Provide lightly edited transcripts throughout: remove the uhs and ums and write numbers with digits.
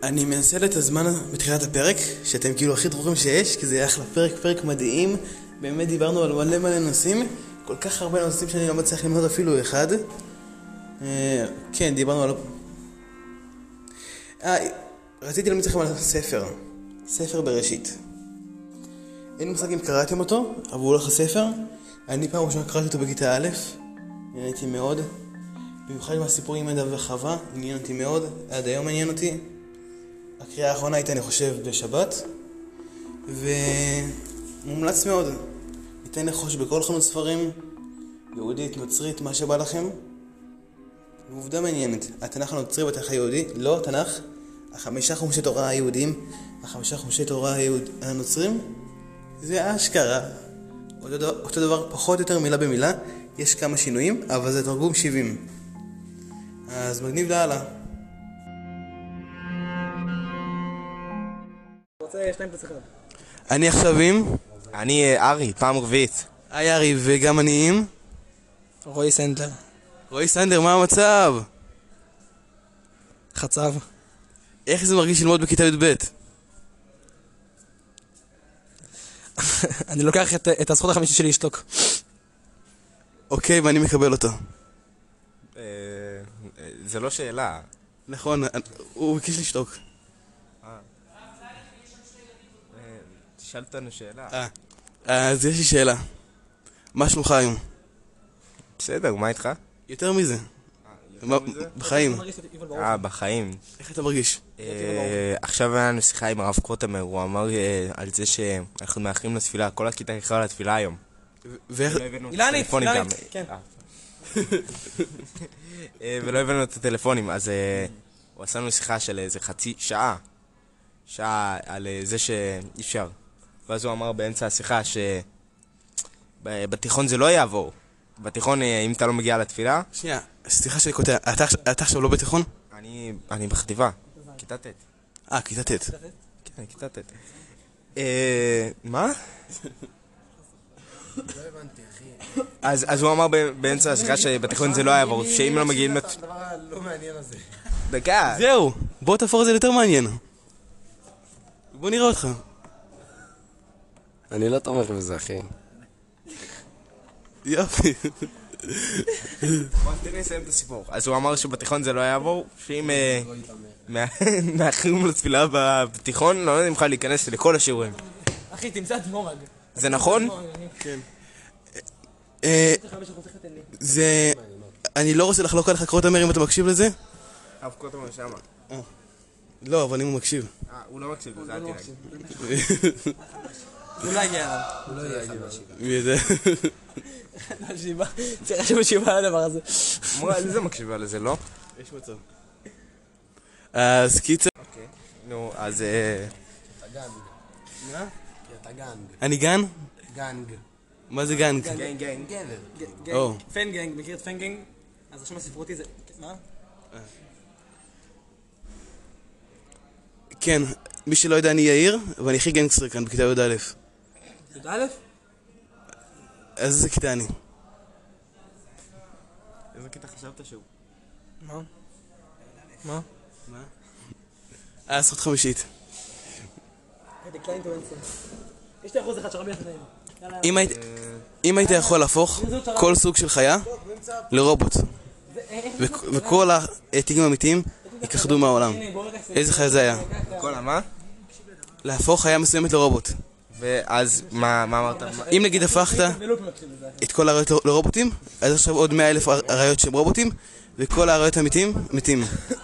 אני מנסה את הזמן בתחילת הפרק, שאתם כאילו הכי דרוכים שיש, כי זה היה אחלה פרק מדהים. באמת דיברנו על מלא נושאים, כל כך הרבה נושאים שאני לא מצליח ללמוד אפילו אחד. כן, דיברנו על... רציתי להמליץ לכם על ספר בראשית. אין לי מושג אם קראתם אותו, אבל הוא הולך לספר. אני פעם ראשונה קראתי אותו בכיתה א', נהניתי מאוד. במיוחד עם הסיפורים עם אדם וחווה, עניין אותי מאוד, עד היום עניין אותי. הקריאה האחרונה הייתה, אני חושב, בשבת, ומומלץ מאוד. ניתן לחוש בכל חנות ספרים, יהודית, נוצרית, מה שבא לכם. ועובדה מעניינת, התנ"ך הנוצרי והתנ"ך היהודי, לא התנ"ך, 5 חומשי תורה היהודים, 5 חומשי תורה הנוצרים, זה אשכרה. אותו דבר, פחות או יותר מילה במילה, יש כמה שינויים, אבל זה תרגום 70. אז מגניב להלאה. אני עכשיו עם... אני ארי, פעם רביעית. היי ארי, וגם אני עם... רועי סנדלר. רועי סנדלר, מה המצב? חצב. איך זה מרגיש ללמוד בכיתה י"ב? אני לוקח את הזכות החמישית שלי לשתוק. אוקיי, ואני מקבל אותו. זה לא שאלה. נכון, הוא ביקש לשתוק. תשאל אותנו שאלה. אז יש לי שאלה. מה שלומך היום? בסדר, מה איתך? יותר מזה. בחיים. בחיים. איך אתה מרגיש? עכשיו היה לנו שיחה עם הרב קרוטמר, הוא אמר על זה שאנחנו מאחרים לתפילה, כל הכיתה איחרה לתפילה היום. אילנית, כן. ולא הבאנו את הטלפונים, אז הוא עשה לנו שיחה של איזה חצי שעה על זה שאי אפשר. ואז הוא אמר באמצע השיחה שבתיכון זה לא יעבור. בתיכון, אם אתה לא מגיע לתפילה... שנייה, סליחה שאני קוטע. אתה עכשיו לא בתיכון? אני בחטיבה. כיתה ט'. כיתה ט'. כן, כיתה ט'. מה? לא הבנתי, אחי. אז הוא אמר באמצע השיחה שבתיכון זה לא יעבור, שאם לא מגיעים... הדבר הלא מעניין הזה. דקה. זהו, בוא תפור את זה יותר מעניין. בוא נראה אותך. אני לא תומך בזה, אחי. יופי. בוא תן נסיים את הסיפור. אז הוא אמר שבתיכון זה לא יעבור, שאם מאחרים לתפילה בתיכון, לא נוכל להיכנס לכל השיעורים. אחי, תמצא את מומג. זה נכון? כן. זה... אני לא רוצה לחלוק עליך קרוטמר אם אתה מקשיב לזה. הרב קרוטמר שמה. לא, אבל אם הוא מקשיב. הוא לא מקשיב לזה, אל תדאג. הוא לא יגיע אליו. הוא לא יהיה איזה משהו. מי יודע? צריך שמשיבה על הדבר הזה. אמרה, על זה מקשיבה לזה, לא? יש מצב. אז קיצר... אוקיי. נו, אז... אתה גנג. מה? אתה גנג. אני גן? גנג. מה זה גנג? גנג. גבר. פנגנג, מכיר את פנגנג? אז השם הספרותי זה... מה? כן, מי שלא יודע אני יאיר, ואני הכי גנגסטר כאן בכיתה י"א. י"א? איזה כיתה אני? איזה כיתה חשבת שהוא? מה? זכות חמישית. יש לי אחוז אחד שרבי יחדאים. אם היית יכול להפוך כל סוג של חיה לרובוט, וכל העתיקים האמיתיים יכחדו מהעולם, איזה חיה זה היה? כל מה? להפוך חיה מסוימת לרובוט. ואז מה אמרת? אם נגיד הפכת את כל הרעיות לרובוטים, אז עכשיו עוד 100,000 הרעיות שהם רובוטים, וכל הרעיות האמיתיים מתים.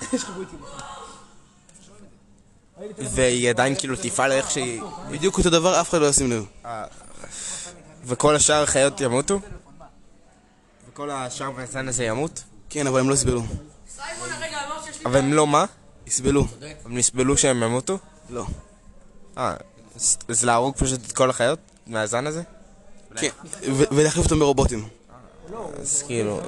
והיא עדיין כאילו תפעל איך שהיא... בדיוק אותו דבר, אף אחד לא ישים לב. וכל השאר החיות ימותו? וכל השאר והזן הזה ימות? כן, אבל הם לא יסבלו. אבל הם לא מה? יסבלו. הם יסבלו שהם ימותו? לא. אז להרוג פשוט את כל החיות מהזן הזה? כן, ולהחליף אותם ברובוטים. אז כאילו...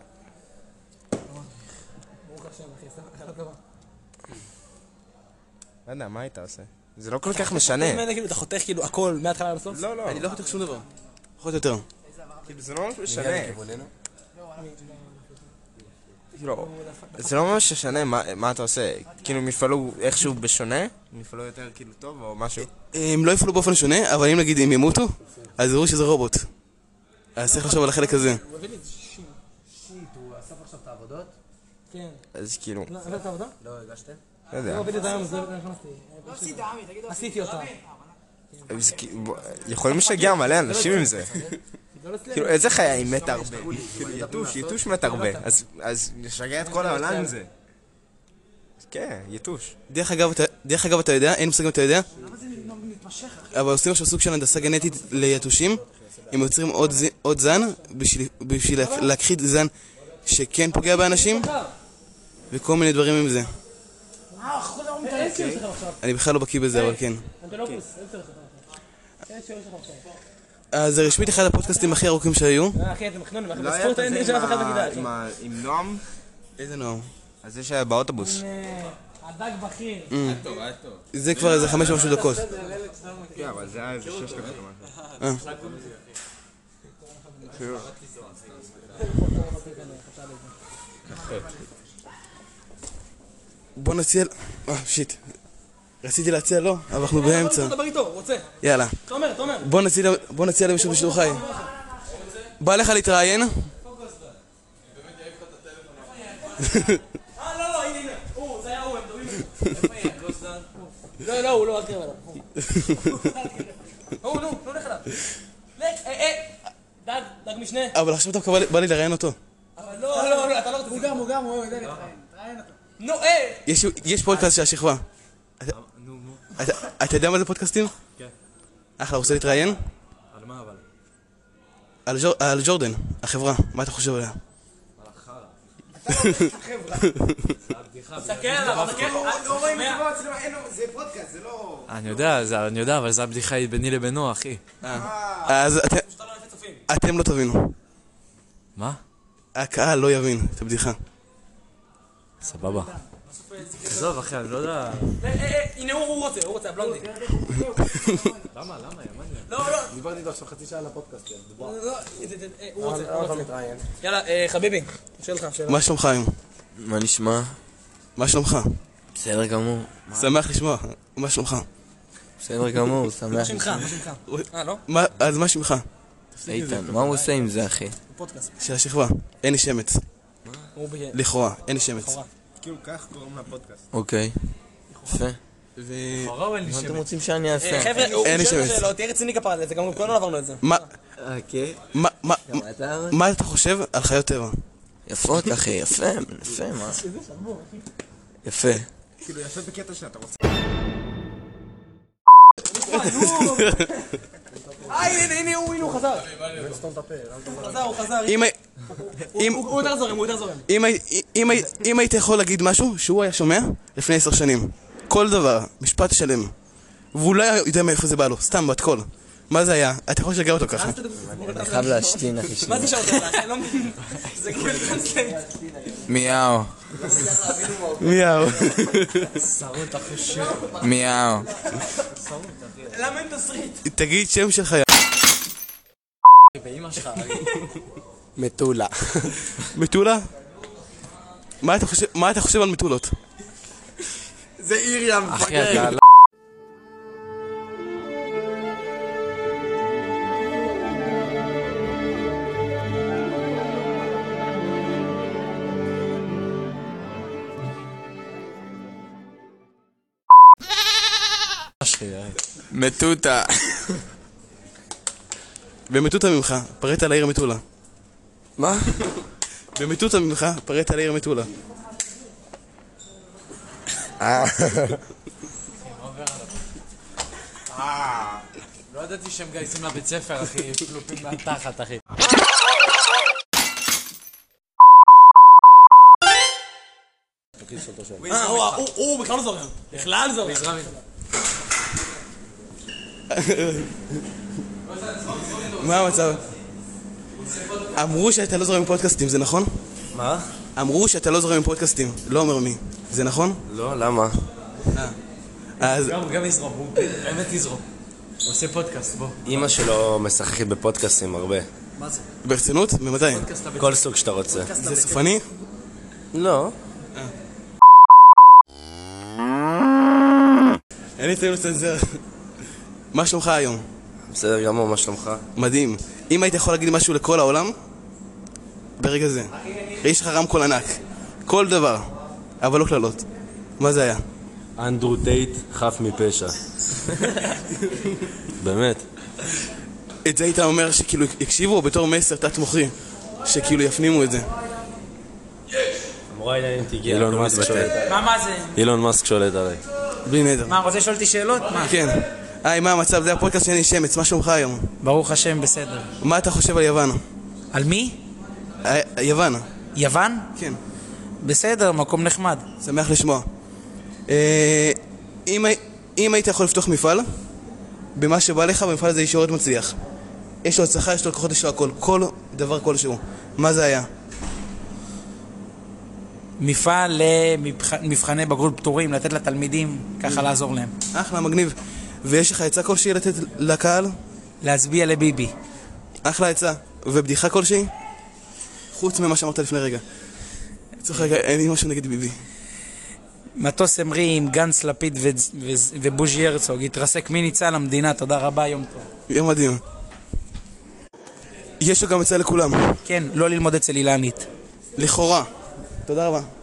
לא יודע, מה היית עושה? זה לא כל כך משנה. אתה חותך כאילו הכל מההתחלה לסוף? לא. אני לא חותך שום דבר. פחות או יותר. כאילו זה לא ממש משנה. כאילו, זה לא ממש משנה מה אתה עושה. כאילו, הם יפעלו איכשהו בשונה? הם יפעלו יותר כאילו טוב או משהו? הם לא יפעלו באופן שונה, אבל אם נגיד הם ימותו, אז יראו שזה רובוט. אז צריך לחשוב על החלק הזה. הוא הביא לי את זה 60. שיט, הוא אסף עכשיו את העבודות? כן. אז כאילו, לא, הבאת את העבודה? לא, הגשתם? לא יודע. הוא הביא לי את זה היום, זה נכנסתי. עשיתי אותה. אז כאילו, יכולים לשגע מלא אנשים עם זה. כאילו, איזה חיה היא מתה הרבה? כאילו, יתוש מת הרבה. אז נשגע את כל העולם עם זה. כן, יתוש. דרך אגב, אתה יודע, אין מושג אם אתה יודע, אבל עושים עכשיו סוג של הנדסה גנטית ליתושים. הם יוצרים עוד זן בשביל להכחיד זן שכן פוגע באנשים, וכל מיני דברים עם זה. אין ציון שלכם עכשיו. אני בכלל לא בקיא בזה, אבל כן. אנטלופוס, אין ציון שלכם עכשיו. אין ציון שלכם עכשיו. אז זה רשמית אחד הפודקאסטים הכי ארוכים שהיו. אחי, אתם מכנונים, אנחנו לא היה בספורט אין כזה של אף אחד בגידה. עם נועם? איזה נועם. אז זה שהיה באוטובוס. הדג בכיר. זה כבר איזה 5 ומשהו דקות. כן, אבל זה היה איזה 6 דקות או משהו. בוא נציע... שיט. רציתי להציע לו, אבל אנחנו באמצע. דבר איתו, רוצה. יאללה. תומר. בוא נציע למישהו בשידור חי. בא לך להתראיין? לא, הנה. זה היה הוא, הם מדברים. לא, הוא לא, אל תראה עליו. נו, לך אליו. דג משנה. אבל עכשיו אתה בא לי לראיין אותו. אבל לא, אתה לא רוצה. הוא גם, הוא יודע להתראיין אותו. נו, יש פודקאסט של השכבה. אתה יודע מה זה פודקאסטים? כן. אחלה, רוצה להתראיין? על מה אבל? על ג'ורדן, החברה. מה אתה חושב עליה? על החרא. תסתכל עליו, זה פודקאסט, זה לא... אני יודע, אבל זה הבדיחה היא ביני לבינו, אחי. אז אתם לא תבינו. מה? הקהל לא יבין את הבדיחה. סבבה. עזוב, אחי, אני לא יודע... הנה הוא רוצה, הבלונדי. למה? לא. דיברתי איתו עכשיו חצי שעה על הפודקאסט. הוא רוצה. יאללה, חביבי, שואל לך שאלה. מה שלומך היום? מה נשמע? מה שלומך? בסדר גמור. שמח לשמוע. מה שלומך? בסדר גמור, שמח. מה שמך? לא? אז מה שמך? איתן, מה הוא עושה עם זה, אחי? פודקאסט. של השכבה. אין לי שמץ. לכאורה, אין לי שמץ. כאילו, כך קוראים לפודקאסט. אוקיי. יפה. מה אתם רוצים שאני אעשה? חבר'ה, הוא אין לי שואל שמץ. שאלות, תהיה רציני כפרה על זה, גם כולנו עברנו את זה. אוקיי. מה אתה חושב על חיות טבע? יפות, אחי, יפה, מה? יפה. כאילו, יפה בקטע שאתה רוצה. הנה, הוא חזר. הוא חזר. הוא יותר זורם. אם היית יכול להגיד משהו שהוא היה שומע לפני 10 שנים, כל דבר, משפט שלם, והוא לא יודע מאיפה זה בא לו, סתם בת קול, מה זה היה? אתה יכול לשגע אותו ככה. אני חייב להשתין, אחי. מה זה שעות האלה? אני לא מבין. זה כאילו טרנסלייט. מיהו. מיהו. למה אין תסריט? תגיד שם של חיה. באמא שלך, מטולה. מטולה? מה אתה חושב על מטולות? זה עיר ים אחי, אתה לא... מטוטה. במטוטה ממך, פרט על העיר מטולה. מה? במטוטה ממך, פרט על העיר מטולה. לא ידעתי שהם גייסים לבית ספר, אחי, פלופים מהתחת, אחי. הוא בכלל לא זורם. בכלל זורם. מה המצב? אמרו שאתה לא זורם עם פודקאסטים, זה נכון? מה? אמרו שאתה לא זורם עם פודקאסטים, לא אומר מי. זה נכון? לא, למה? אז... גם יזרום, הוא באמת יזרום. הוא עושה פודקאסט, בוא. אמא שלו משחקת בפודקאסטים הרבה. ברצינות? ממתי? כל סוג שאתה רוצה. זה סופני? לא. אין לי תאים לצנזר. מה שלומך היום? בסדר גמור, מה שלומך? מדהים. אם היית יכול להגיד משהו לכל העולם, ברגע זה. יש לך רמקול ענק. כל דבר. אבל לא כללות. מה זה היה? אנדרו טייט חף מפשע. באמת. את זה היית אומר שכאילו יקשיבו בתור מסר תת מוחי. שכאילו יפנימו את זה. מה זה? אילון מאסק שולט עליי. בלי נדר. מה, רוצה לשאול אותי שאלות? מה? כן. היי, מה המצב? זה הפודקאסט שאני שמץ. מה שלומך היום? ברוך השם, בסדר. מה אתה חושב על יוון? על מי? יוון. יוון? כן. בסדר, מקום נחמד. שמח לשמוע. אם היית יכול לפתוח מפעל, במה שבא לך, במפעל הזה ישורת מצליח. יש לו הצלחה, יש לו לקוחות, יש לו הכל. כל דבר כלשהו. מה זה היה? מפעל למבחני בגרות פתורים, לתת לתלמידים, ככה לעזור להם. אחלה, מגניב. ויש לך עצה כלשהי לתת לקהל? להצביע לביבי. אחלה עצה. ובדיחה כלשהי? חוץ ממה שאמרת לפני רגע. צריך רגע, אין לי משהו נגד ביבי. מטוס אמרי עם גנץ, לפיד ובוז'י הרצוג. התרסק, מי ניצל למדינה, תודה רבה, יום טוב. יום מדהים. יש לו גם עצה לכולם. כן, לא ללמוד אצל אילנית. לכאורה. תודה רבה.